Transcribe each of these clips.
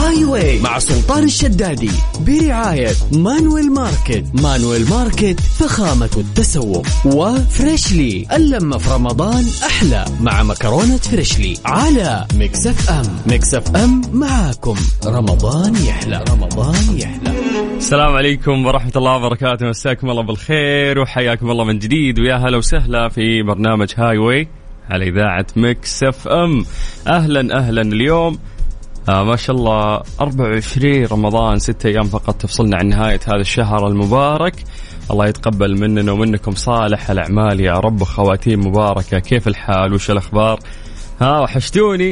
هاي واي مع سلطان الشدادي برعاية مانويل ماركت. مانويل ماركت فخامة التسوق، وفريشلي اللمة في رمضان أحلى مع مكرونة فريشلي على ميكس اف ام. ميكس اف ام معاكم رمضان يحلى، رمضان يحلى. السلام عليكم ورحمة الله وبركاته، مساكم الله بالخير وحياكم الله من جديد، ويا هلا وسهلا في برنامج هاي واي على إذاعة ميكس اف ام. أهلا اليوم ما شاء الله 24 رمضان، 6 أيام فقط تفصلنا عن نهاية هذا الشهر المبارك. الله يتقبل مننا ومنكم صالح الأعمال يا رب، خواتيم مباركة. كيف الحال وش الأخبار؟ وحشتوني.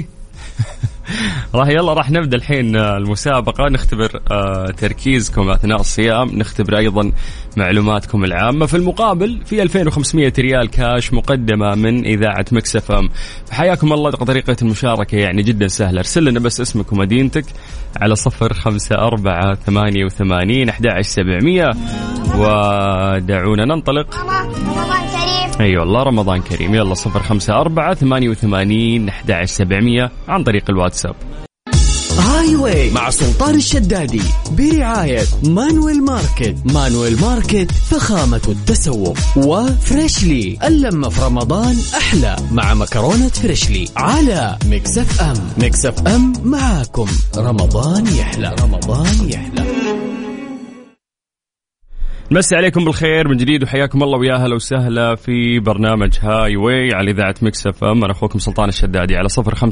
راح نبدأ الحين المسابقة، نختبر تركيزكم أثناء الصيام، نختبر أيضا معلوماتكم العامة. في المقابل في 2500 ريال كاش مقدمة من إذاعة ميكس اف ام. فحياكم الله. طريقة المشاركة يعني جدا سهلة، ارسل لنا بس اسمك ومدينتك على 0548811700 ودعونا ننطلق. أيوة الله رمضان كريم. يلا 0548811700 عن طريق الواتساب. هاي واي مع سلطان الشدادي برعاية مانويل ماركت. مانويل ماركت فخامة التسوق، وفريشلي اللمة في رمضان أحلى مع مكرونة فريشلي على ميكس اف ام. ميكس اف ام معاكم رمضان يحلى، رمضان يحلى. مسي عليكم بالخير من جديد وحياكم الله ويا هلا وسهلا في برنامج هاي واي على إذاعة ميكس اف ام. أنا أخوكم سلطان الشدادي على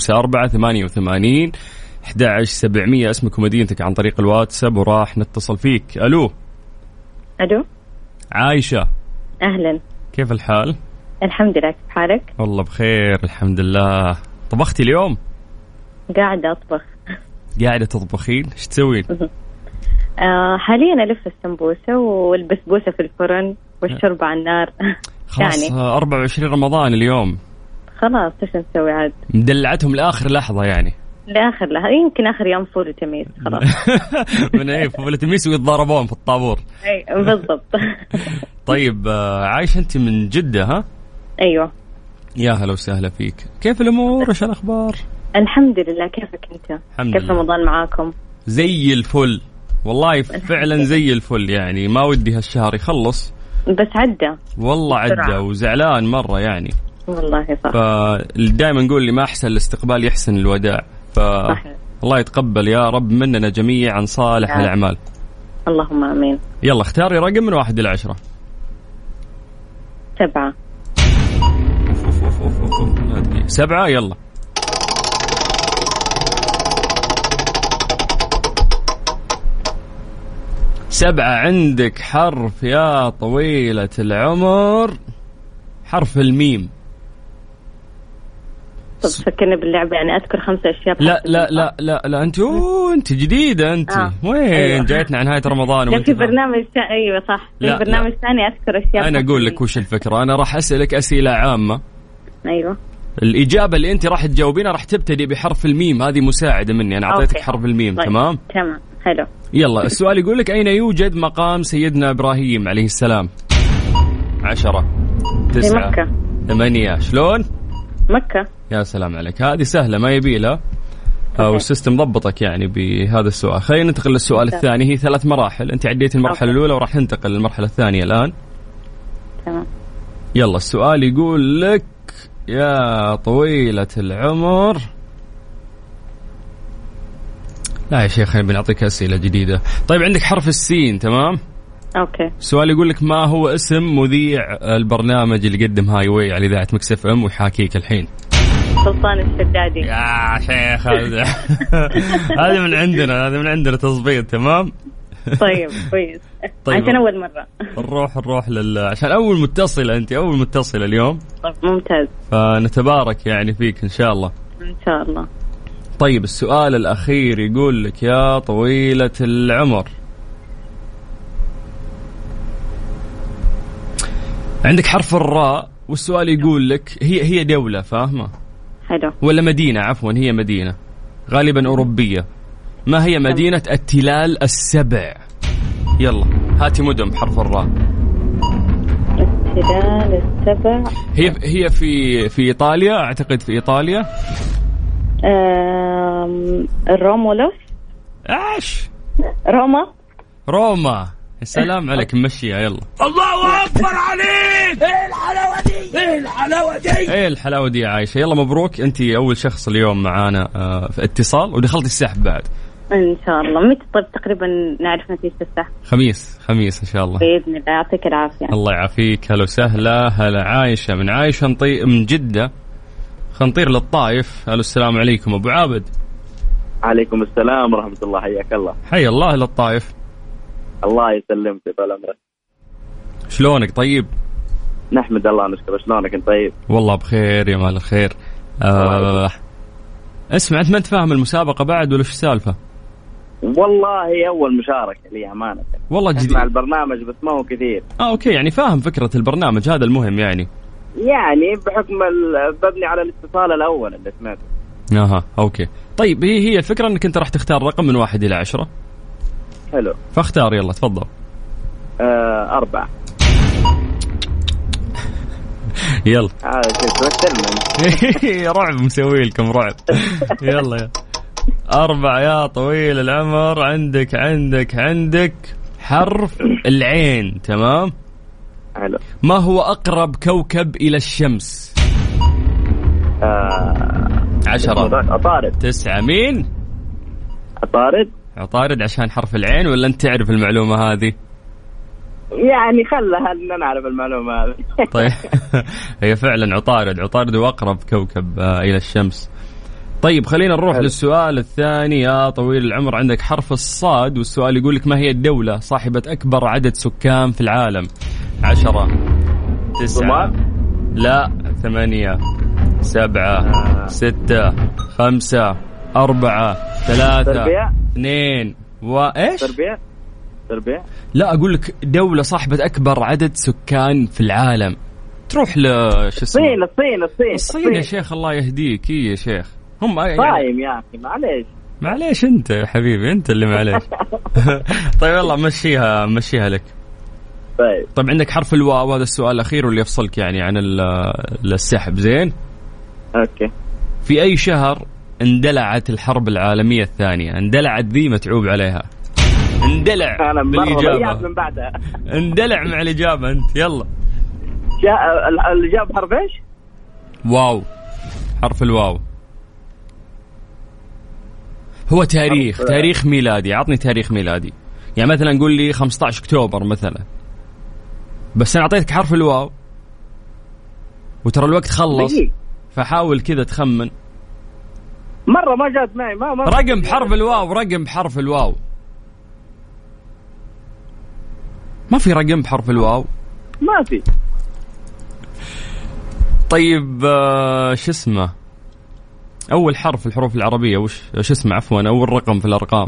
0548811700 اسمك ومدينتك عن طريق الواتساب وراح نتصل فيك. ألو عايشة، أهلا، كيف الحال؟ الحمد لله، كيف حالك؟ والله بخير الحمد لله. طبختي اليوم؟ قاعدة أطبخ. قاعدة تطبخين؟ إيش تسوين؟ حاليا ألف السمبوسة والبسبوسة في الفرن والشوربة على النار. خلاص يعني 24 رمضان اليوم، خلاص إيش نسوي عاد؟ مدلعتهم لآخر لحظة يعني. لآخر لحظة، يمكن آخر يوم فول وتميس خلاص. من أي فول وتميس ويتضاربون في الطابور. أي بالضبط. طيب عايش أنت من جدة ها؟ أيوة. يا هلا وسهلا فيك. كيف الأمور؟ إيش الأخبار؟ الحمد لله، كيفك أنت؟ كيف رمضان معاكم؟ زي الفل والله، فعلا زي الفل يعني. ما ودي هالشهر يخلص بس عدى والله عدى، وزعلان مرة يعني والله. صح. فدائما نقول لي ما أحسن الاستقبال يحسن الوداع. الله يتقبل يا رب مننا جميعا صالح الأعمال. اللهم آمين. يلا اختاري رقم من 1 إلى 10. 7. 7 يلا. 7 عندك حرف يا طويلة العمر، حرف الميم. طب فكرني باللعبة يعني، أذكر 5 أشياء. لا أنت جديدة أنت. وين أيوة. جايتنا عن نهاية رمضان في برنامج أيوة صح، في برنامج ثاني أذكر أشياء. أنا أقول لك وش الفكرة، أنا راح أسألك أسئلة عامة. أيوة. الإجابة اللي أنت راح تجاوبينها راح تبتدي بحرف الميم، هذه مساعدة مني أنا. أعطيتك حرف الميم. طيب. تمام حلو. يلا السؤال يقول لك أين يوجد مقام سيدنا إبراهيم عليه السلام؟ 10 9 مكة. 8. شلون؟ مكة. يا سلام عليك، هذه سهلة ما يبيلها أو السيستم ضبطك يعني بهذا السؤال. خلينا ننتقل للسؤال الثاني. هي 3 مراحل، أنت عديت المرحلة الأولى وراح ننتقل للمرحلة الثانية الآن. تمام. يلا السؤال يقول لك يا طويلة العمر. لا يا شيخ بنعطيك أسئلة جديدة. طيب عندك حرف السين. تمام. أوكي. السؤال يقول لك ما هو اسم مذيع البرنامج اللي قدم هاي واي على إذاعة ميكس اف ام ويحاكيك الحين؟ سلطان الشدادي. يا شيخ هذا من عندنا تظبيط. تمام. طيب كويس. طيب. عشان أول مرة نروح عشان أول متصلة، أنت أول متصلة اليوم. طيب ممتاز. فنتبارك يعني فيك إن شاء الله. إن شاء الله. طيب السؤال الأخير يقول لك يا طويلة العمر، عندك حرف الراء، والسؤال يقول لك هي دولة، فاهمة؟ حلو. ولا مدينة، عفوا هي مدينة غالبا أوروبية. ما هي مدينة التلال السبع؟ يلا هاتي مدن بحرف الراء. التلال السبع هي في إيطاليا، أعتقد في إيطاليا. الرومولوس. ايش؟ روما. السلام عليك، مشيها يلا. الله أكبر عليك. ايه الحلاوة دي، ايه الحلاوة دي، ايه الحلاوة دي يا عايشة. يلا مبروك، انتي اول شخص اليوم معانا في اتصال، ودخلت السحب بعد إن شاء الله. متى طيب تقريبا نعرف نتيجة السحب؟ خميس إن شاء الله. بإذن الله. يعطيك العافية. الله يعافيك. هلا وسهلا. هلا عايشة. من عايشة من جدة خنطير للطائف. هلا السلام عليكم أبو عابد. عليكم السلام ورحمة الله. حياك الله. حي الله للطائف. الله يسلمك طال عمرك. شلونك؟ طيب نحمد الله نشكر. شلونك انت؟ طيب والله بخير يا مال الخير. اسمع، انت ما انت فاهم المسابقة بعد ولا شو السالفة؟ والله اول مشاركة لي امانة. والله جديد. اسمع البرنامج بس ما هو كثير. اوكي، يعني فاهم فكرة البرنامج، هذا المهم يعني بحكم ببني على الاتصال الاول اللي سمعته. اوكي. طيب هي الفكرة انك انت راح تختار رقم من 1 إلى 10. حلو، فاختار يلا تفضل. 4. يلا. يا رعب مسوي لكم رعب. يلا 4 يا طويل العمر. عندك حرف العين. تمام. حلو. ما هو أقرب كوكب إلى الشمس؟ 10 عطارد. 9 مين؟ عطارد عشان حرف العين، ولا أنت تعرف المعلومة هذه؟ يعني خلها أن نعرف المعلومة هذه. طيب هي فعلا عطارد هو أقرب كوكب إلى الشمس. طيب خلينا نروح للسؤال الثاني يا طويل العمر. عندك حرف الصاد، والسؤال يقول لك ما هي الدولة صاحبة أكبر عدد سكان في العالم؟ 10 9 لا 8 7 6 5 4 3 2 وإيش؟ تربيع. لا أقول لك دولة صاحبة أكبر عدد سكان في العالم. تروح لش اسمه؟ الصين يا شيخ. الله يهديك. يا شيخ هم صايم يا أخي. معليش أنت يا حبيبي، أنت اللي معليش. طيب يلا مشيها لك. طيب عندك حرف الواو، هذا السؤال الأخير واللي يفصلك يعني عن السحب. زين. أوكي. في أي شهر اندلعت الحرب العالمية الثانية؟ اندلعت ذي متعوب عليها. اندلع بالإجابة. من بعدها اندلع مع الإجابة أنت. يلا. الإجابة حرف إيش؟ واو. حرف الواو هو تاريخ ميلادي. عطني تاريخ ميلادي. يعني مثلا قول لي 15 أكتوبر مثلا، بس أنا أعطيتك حرف الواو وترى الوقت خلص، فحاول كذا تخمن. مرة ما جات معي. ما رقم بحرف الواو. ما في رقم بحرف الواو. ما في. طيب شو اسمه أول حرف في الحروف العربية؟ وش اسمه عفوا أول رقم في الأرقام؟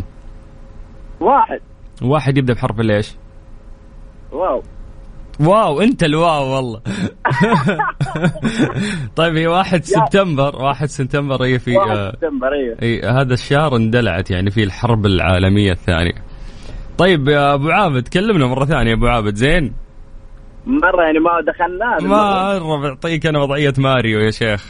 1 يبدأ بحرف ليش؟ واو. أنت الواو والله. طيب هي 1 سبتمبر. هي في 1 سبتمبر. هذا الشهر اندلعت يعني في الحرب العالمية الثانية. طيب يا أبو عابد كلمنا مرة ثانية. أبو عابد زين مرة يعني ما دخلنا. مرة بعطيك أنا وضعية ماريو يا شيخ.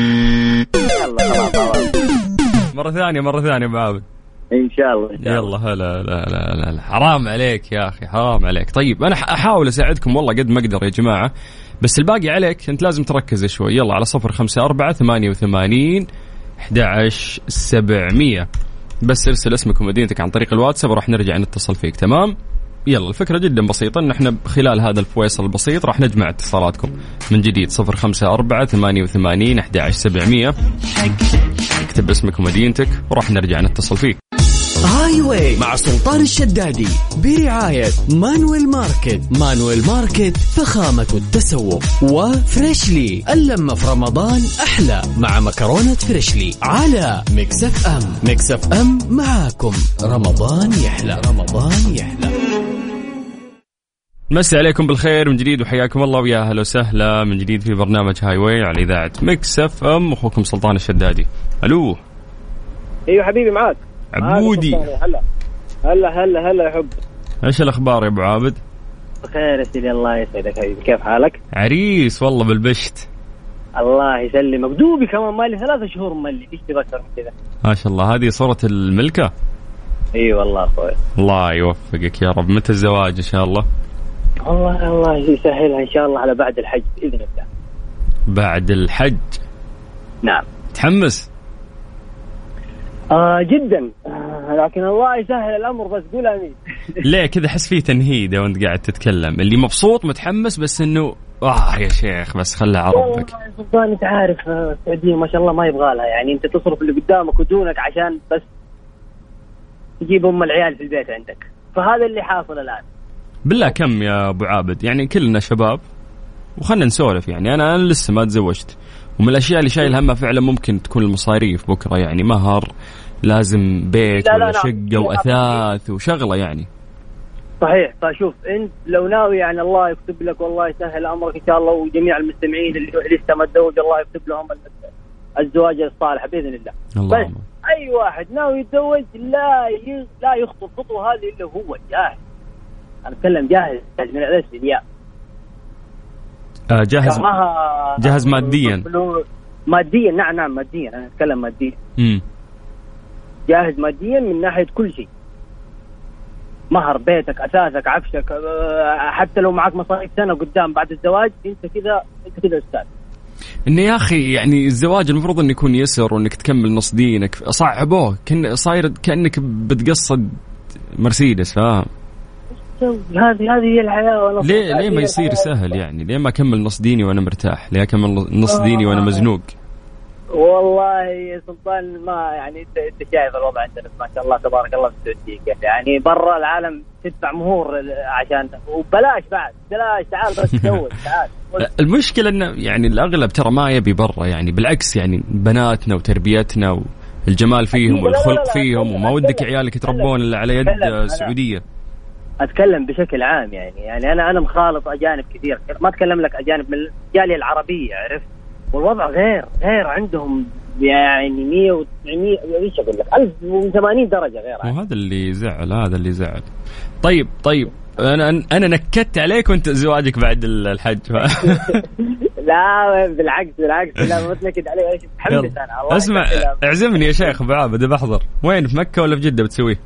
مرة ثانية أبو عابد إن شاء الله. يلا. لا حرام عليك يا أخي، حرام عليك. طيب أنا أحاول أساعدكم والله قد ما أقدر يا جماعة، بس الباقي عليك أنت لازم تركز شوي. يلا على 054 88 11 700 بس ارسل اسمك ومدينتك عن طريق الواتساب وراح نرجع نتصل فيك. تمام. يلا الفكرة جدا بسيطة، ان احنا خلال هذا الفويصل البسيط راح نجمع اتصالاتكم من جديد. 054 88 11 700 اكتب اسمك ومدينتك وراح نرجع نتصل فيك. هاي واي مع سلطان الشدادي برعاية مانويل ماركت فخامة التسوق، وفريشلي اللمة في رمضان أحلى مع مكرونة فريشلي على ميكس اف ام معاكم. رمضان يحلى. مسي عليكم بالخير من جديد وحياكم الله ويا أهلا وسهلا من جديد في برنامج هاي واي على إذاعة ميكس اف ام. أخوكم سلطان الشدادي. ألو. ايوه حبيبي معاك عبودي. هلا يا حب. ايش الاخبار يا ابو عابد؟ بخير يا سيدي الله يسعدك حبيبي. كيف حالك؟ عريس والله بالبشت. الله يسلمك. دوبي كمان مالي 3 شهور مالي. ايش تبغى اكثر من كذا؟ ما شاء الله. هذه صورة الملكة. اي والله اخوي. الله يوفقك يا رب. متى الزواج ان شاء الله؟ الله يسهلها ان شاء الله على بعد الحج باذن الله. بعد الحج؟ نعم. تحمس؟ جدا. لكن الله يسهل الامر، بس قول امين. ليه كذا حس فيه تنهيده وانت قاعد تتكلم؟ اللي مبسوط متحمس بس انه يا شيخ بس خلها على ربك. والله انت عارف السعوديه ما شاء الله ما يبغى لها، يعني انت تصرف اللي قدامك ودونك عشان بس تجيب العيال في البيت عندك، فهذا اللي حاصل الان. بالله كم يا ابو عابد؟ يعني كلنا شباب وخلنا نسولف، يعني انا لسه ما تزوجت، ومن الاشياء اللي شايل همها فعلا ممكن تكون المصاريف بكره، يعني مهر، لازم بيت ولا شقه واثاث وشغله يعني. صحيح. فشوف انت لو ناوي يعني الله يكتب لك والله يسهل امرك ان شاء الله، وجميع المستمعين اللي لسه ما تزوج الله يكتب لهم الزواج الصالح باذن الله. بس اي واحد ناوي يتزوج لا يخطو الخطوه هذه الا هو جاهز. انا اتكلم جاهز من الالف للياء. جاهز ماديا. ماديا نعم ماديا، انا اتكلم ماديا. جاهز ماديا من ناحيه كل شيء، مهر، بيتك، اساسك، عفشك، حتى لو معك مصاريف سنه قدام بعد الزواج انت كذا استاذ. إن يا أخي يعني الزواج المفروض إنه يكون يسر وإنك تكمل نص دينك، صعبوه صاير كأنك بتقصد مرسيدس، فاهم؟ هذه هي الحياة. ليه ما يصير سهل يعني؟ ليه ما أكمل نص ديني وأنا مرتاح؟ ليه أكمل نص ديني وأنا مزنوق؟ والله يا سلطان ما يعني انت شايف الوضع عندنا ما شاء الله تبارك الله في السعوديه، يعني برا العالم تدفع مهور عشان وبلاش بعد بلاش. تعال بس تزوج تعال. المشكله انه يعني الاغلب ترى ما يبي برا، يعني بالعكس يعني بناتنا وتربيتنا والجمال فيهم والخلق فيهم، وما ودك عيالك يتربون الا على يد السعوديه. اتكلم بشكل عام يعني انا مخالط اجانب كثير، ما اتكلم لك اجانب من الجاليه العربيه، عرفت؟ والوضع غير يعني 100 و900 ايش اقول لك 1080 درجه غير. وهذا اللي زعل. طيب انا نكدت عليك وانت زواجك بعد الحج. لا بالعكس لا ما تنكد علي ايش تحمس انا. اسمع اعزمني يا شيخ ابو عابد بحضر. وين، في مكه ولا في جده بتسويه؟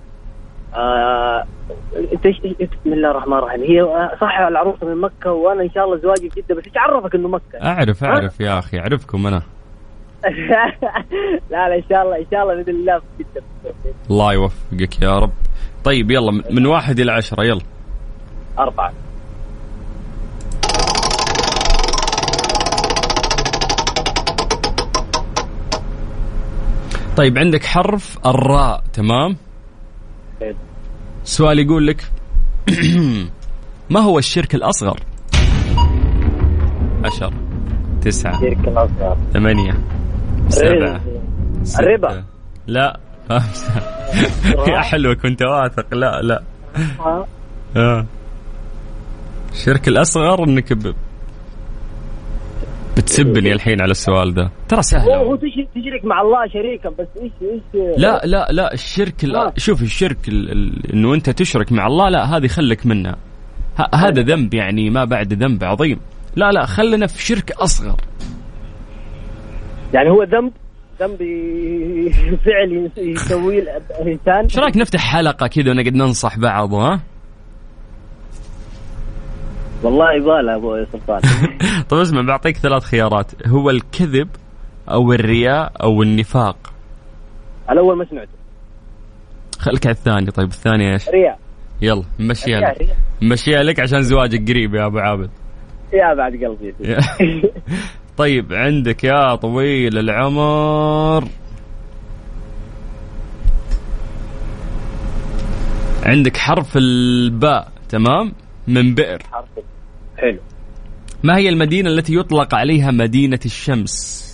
بسم الله الرحمن الرحيم. هي صح العروسه من مكه وانا ان شاء الله زواجي في جده، بس ايش عرفك انه مكه؟ اعرف يا اخي اعرفكم انا. لا ان شاء الله باذن الله في جده. الله يوفقك يا رب. طيب يلا من 1 إلى 10 يلا. 4. طيب عندك حرف الراء، تمام؟ سؤال يقول لك ما هو الشرك الأصغر؟ 10 9 الشرك الأصغر 8 7 الربا. لا 5 يا حلوة كنت واثق. لا الشرك الأصغر انك بتسبني الحين على السؤال ده، ترى سهل. هو تشرك مع الله شريكا، بس ايش لا الشرك شوف الشرك انه انت تشرك مع الله، لا هذه خلك منها، هذا ذنب يعني ما بعد ذنب عظيم. لا خلنا في شرك أصغر. يعني هو ذنب فعل يسويه الإنسان. ايش رايك نفتح حلقة كذا ونقعد ننصح بعض؟ ها والله يبغى ابو سلطان. طيب اسمع، بعطيك 3 خيارات، هو الكذب او الرياء او النفاق. الاول ما سمعته، خليك على الثاني. طيب الثاني ايش؟ رياء. يلا مشيها لك عشان زواجك قريب يا ابو عابد. يا بعد قلبي. طيب عندك يا طويل العمر، عندك حرف الباء، تمام؟ من بئر. حلو. ما هي المدينة التي يطلق عليها مدينة الشمس؟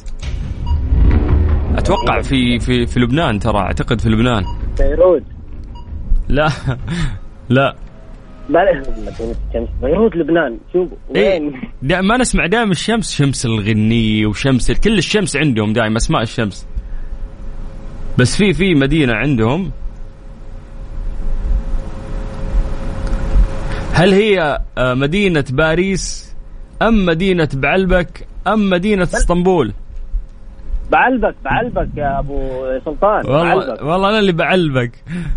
أتوقع في لبنان، ترى أعتقد في لبنان. بيروت. لا بيروت لبنان. شوف وين ما نسمع دائما الشمس، شمس الغنية وشمس كل الشمس عندهم دائما اسماء الشمس، بس في مدينة عندهم. هل هي مدينة باريس أم مدينة بعلبك أم مدينة اسطنبول؟ بعلبك يا أبو سلطان. والله أنا اللي بعلبك.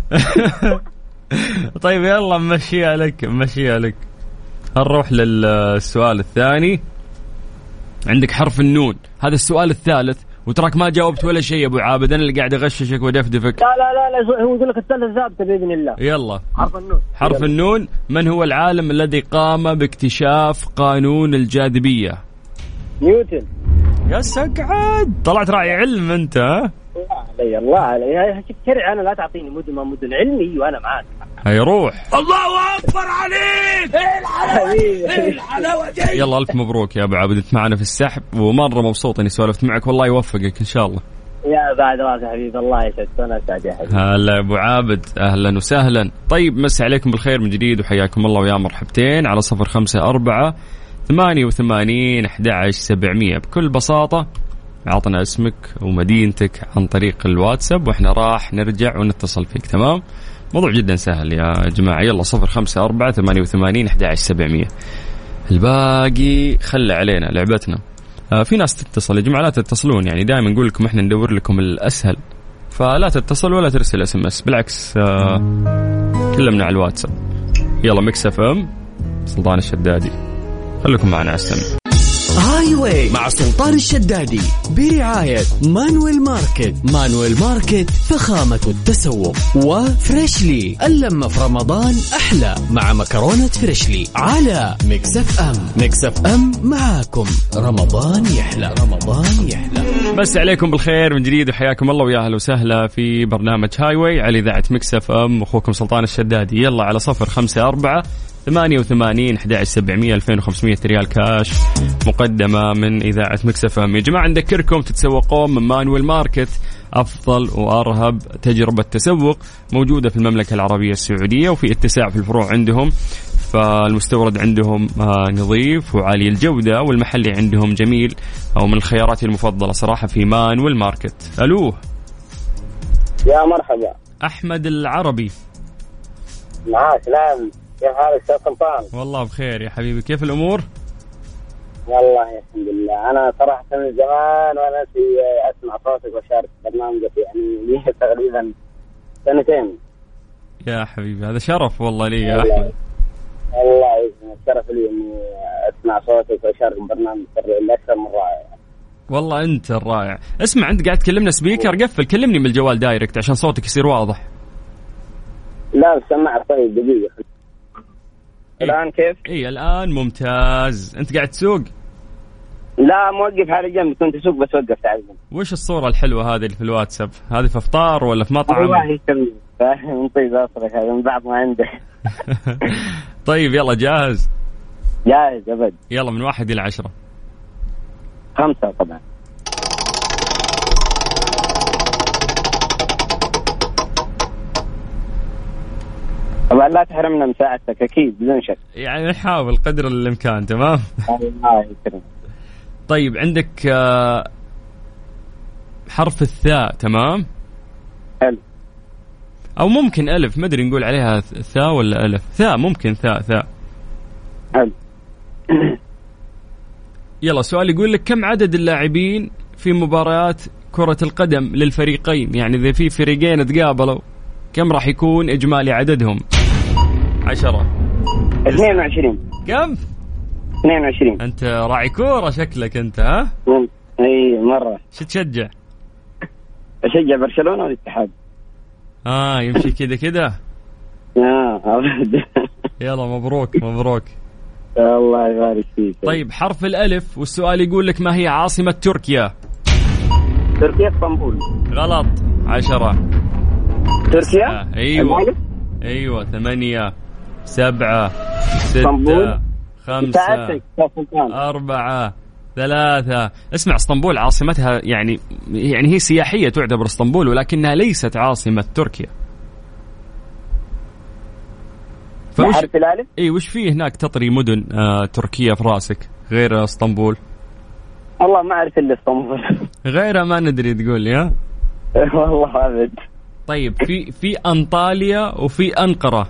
طيب يلا مشيها لك. هنروح للسؤال الثاني. عندك حرف النون، هذا السؤال الثالث، وتراك ما جاوبت ولا شيء يا أبو عابد، أنا اللي قاعد أغششك ودفدفك. لا هو يقول لك الثالث ثابتة بإذن الله. يلا حرف النون. من هو العالم الذي قام باكتشاف قانون الجاذبية؟ نيوتن. يا سقعد، طلعت راعي علم أنت. الله علي شرع، أنا لا تعطيني مدن علمي وأنا معاك. هيروح. الله أكبر عليك. ايه الحلاوة دي. يلا ألف مبروك يا أبو عابد، أنت معنا في السحب، ومرة مبسوط إني سولفت معك، والله يوفقك إن شاء الله. يا بعد راسي حبيبي، الله يسعدك. أنا سعيد يا حبيبي. هلا أبو عابد، أهلا وسهلا. طيب مسي عليكم بالخير من جديد وحياكم الله ويا مرحبتين على 0548811700. بكل بساطة عطنا اسمك ومدينتك عن طريق الواتساب، وإحنا راح نرجع ونتصل فيك. تمام؟ موضوع جدا سهل يا جماعة. يلا 0548811700. الباقي خلى علينا لعبتنا. في ناس تتصل يا جماعة، لا تتصلون، يعني دائما نقول لكم إحنا ندور لكم الأسهل، فلا تتصل ولا ترسل SMS، بالعكس كلمنا على الواتساب. يلا ميكس اف ام سلطان الشدادي، خليكم معنا على السمع. هاي واي مع سلطان الشدادي برعاية مانويل ماركت فخامة التسوق، وفريشلي اللمة في رمضان أحلى مع مكرونة فريشلي على ميكس اف ام معاكم رمضان يحلى. بس عليكم بالخير من جديد وحياكم الله ويا أهلا وسهلا في برنامج هاي واي على إذاعة ميكس اف ام، أخوكم سلطان الشدادي. يلا على 0548811700 2500 ريال كاش مقدمة من إذاعة ميكس اف ام. يا جماعة نذكركم تتسوقون من مانويل ماركت، أفضل وأرهب تجربة تسوق موجودة في المملكة العربية السعودية، وفي اتساع في الفروع عندهم، فالمستورد عندهم نظيف وعالي الجودة، والمحلي عندهم جميل، أو من الخيارات المفضلة صراحة في مانويل ماركت. ألو يا مرحبا، أحمد العربي معاك. نعم، كيف حالك أستاذ سلطان؟ والله بخير يا حبيبي، كيف الأمور؟ والله الحمد لله. أنا صراحة من زمان وأنا أسمع صوتك وشارك برنامجك، يعني لي تقريبا 2 يا حبيبي هذا شرف والله لي يا أحمد. الله يسلمك، شرف لي إني أسمع صوتك وشارك برنامج أكثر من رائع. والله أنت الرائع. اسمع، أنت قاعد تكلمنا سبيكر، قفل كلمني من الجوال دايركت عشان صوتك يصير واضح. لا سمعت. طيب دقيقة الآن كيف؟ إيه الآن ممتاز. أنت قاعد تسوق؟ لا موقف على جنب، كنت أسوق بس وقفت على جنب. وش الصورة الحلوة هذه اللي في الواتساب؟ هذه في إفطار ولا في مطعم؟ الله يسلمك، فاهم طيب أصلك هذا من بعض ما عنده. طيب يلا جاهز؟ جاهز أبد. يلا من 1 إلى 10. 5 طبعا. طبعا لا تحرمنا مساعدتك أكيد بدون شك. يعني نحاول قدر الإمكان. تمام. الله يسلمك. طيب عندك حرف الثاء. تمام. حلو. أو ممكن ألف، ما أدري نقول عليها ثاء ولا ألف. ثاء ممكن، ثاء. حلو. يلا سؤال يقول لك كم عدد اللاعبين في مباريات كرة القدم للفريقين؟ يعني إذا في فريقين تقابلوا كم راح يكون إجمالي عددهم؟ 10. 22. كم؟ 22. أنت راعي كورة شكلك أنت، ها؟ أي مرة. شو تشجع؟ أشجع برشلونة والاتحاد. يمشي كده. يلا مبروك. الله يبارك فيك. طيب حرف الألف، والسؤال يقول لك ما هي عاصمة تركيا؟ تركيا اسطنبول. غلط. 10. تركيا. أيوة 8 7 6 5 4 3. اسمع، اسطنبول عاصمتها يعني هي سياحية تعتبر اسطنبول، ولكنها ليست عاصمة تركيا. حرف الألف. وش فيه هناك تطري مدن تركيا في راسك غير اسطنبول؟ والله ما أعرف إلا اسطنبول. غيرها ما ندري تقول يا. والله أبد. طيب في أنطاليا وفي أنقرة،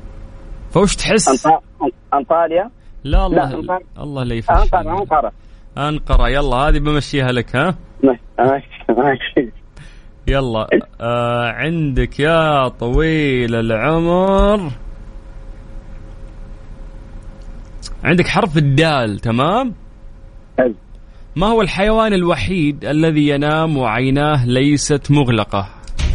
فوش تحس؟ أنطاليا. لا الله لا يفشل. أنقرة. أنقرة. يلا هذه بمشيها لك. ها ماشي. يلا عندك يا طويل العمر، عندك حرف الدال. تمام. حلو. ما هو الحيوان الوحيد الذي ينام وعيناه ليست مغلقة؟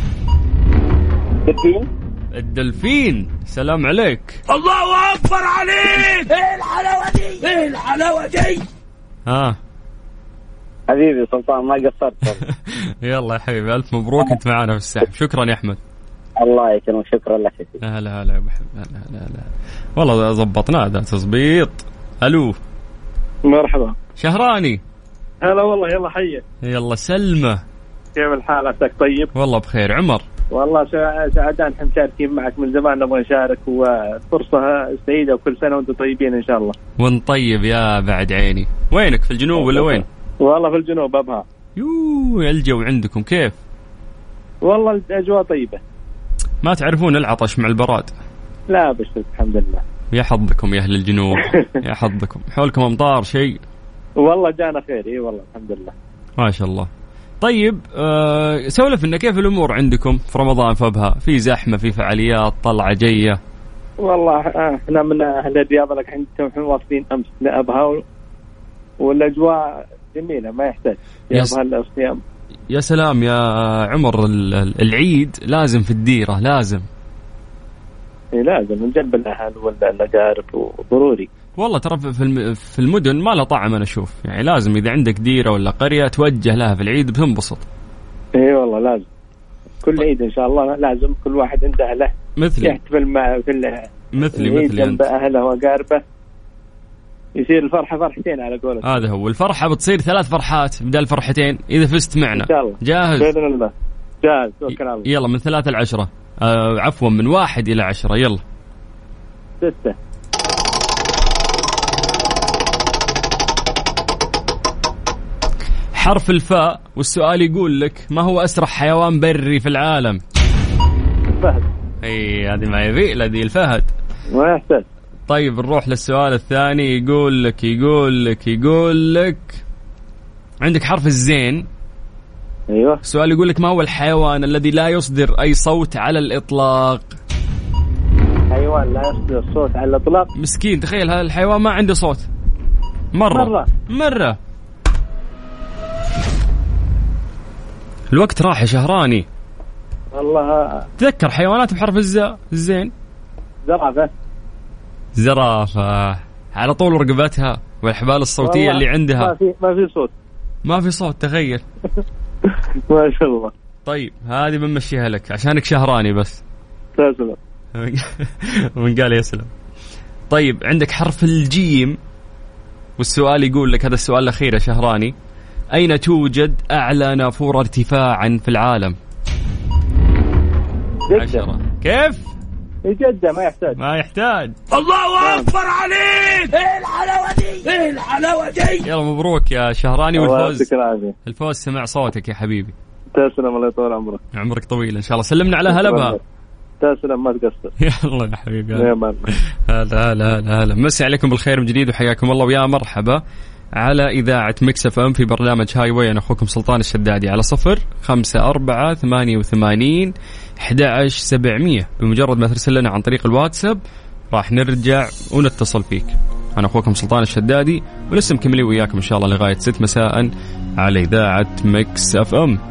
دلفين. الدلفين. سلام عليك. الله أكبر عليك. ايه الحلاوة دي، ايه الحلاوة دي. ها حبيبي سلطان ما قصرت. يلا يا حبيبي ألف مبروك، أنت معنا في السحب. شكرا يا أحمد. الله يكرمك. شكرا لك. هلا هلا يا أبو حبيب. هلا هلا. والله ضبطناه ده تظبيط. ألو مرحبا. شهراني. هلا والله. يلا حيا. يلا سلمى، كيف الحال؟ عساك طيب؟ والله بخير. عمر. والله سعدان احنا مشاركين معك من زمان، نبغى نشارك وفرصة سعيدة وكل سنة وانتم طيبين ان شاء الله. ونطيب يا بعد عيني. وينك في الجنوب ولا وين؟ والله في الجنوب أبها. يا الجو عندكم كيف؟ والله الأجواء طيبة. ما تعرفون العطش مع البراد؟ لا بس الحمد لله. يا حظكم يا أهل الجنوب. يا حظكم. حولكم أمطار شيء؟ والله جانا خير. اي والله الحمد لله ما شاء الله. طيب سولف لنا كيف الأمور عندكم في رمضان في أبها؟ في زحمة، في فعاليات، طلعة جاية؟ والله احنا من أهل الرياض، لكن احنا واصلين أمس لأبها والأجواء جميلة ما يحتاج يا أبها الصيام. يا سلام يا عمر. العيد لازم في الديرة، لازم. إيه لازم من جنب الأهل ولا الأقارب وضروري. والله ترى في المدن ما له طعم. أنا أشوف يعني لازم إذا عندك ديرة ولا قرية توجه لها في العيد بتنبسط. إيه والله لازم كل عيد إن شاء الله لازم كل واحد عنده أهله مثلي يحتفل مع مثلي جنب أهله وأقاربه، يصير الفرحة فرحتين على قولك. هذا هو. الفرحة بتصير 3 فرحات بدل فرحتين إذا فزت معنا. إن شاء الله. جاهز؟ بإذن الله جاهز. توكل. يلا من 3 إلى 10. عفوا من 1 إلى 10. يلا 6. حرف الفاء، والسؤال يقول لك ما هو أسرع حيوان بري في العالم؟ الفهد. اي هذه ما يبي لا دي الفهد. ما يحتاج. طيب نروح للسؤال الثاني. يقول لك عندك حرف الزين. ايوه. السؤال يقول لك ما هو الحيوان الذي لا يصدر أي صوت على الإطلاق؟ حيوان لا يصدر صوت على الإطلاق. مسكين، تخيل هذا الحيوان ما عنده صوت مرة. الوقت راح يا شهراني. والله تذكر حيوانات بحرف الزين. زرافة على طول رقبتها والحبال الصوتية اللي عندها. ما في صوت تخيل. ما شاء الله. طيب هذه بنمشيها لك عشانك شهراني بس. تسلم. من قال يسلم. طيب عندك حرف الجيم، والسؤال يقول لك هذا السؤال الأخير يا شهراني. أين توجد أعلى نافورة ارتفاعا في العالم؟ جدة. 10. كيف؟ جدة ما يحتاج. الله أكبر عليك. ايه الحلاوة دي، ايه الحلاوة دي. يلا مبروك يا شهراني الفوز سمع صوتك يا حبيبي. تسلم. الله يطول عمرك. عمرك طويل إن شاء الله. سلمنا على هلبها. تسلم ما تقصر. يلا يا حبيبي. هلا مسي عليكم بالخير من جديد وحياكم الله ويا مرحبا على إذاعة ميكس اف ام في برنامج هاي واي. أنا أخوكم سلطان الشدادي على 0548811700. بمجرد ما ترسل لنا عن طريق الواتساب راح نرجع ونتصل فيك. أنا أخوكم سلطان الشدادي ولسه مكملين وياكم إن شاء الله لغاية 6 مساء على إذاعة ميكس اف ام.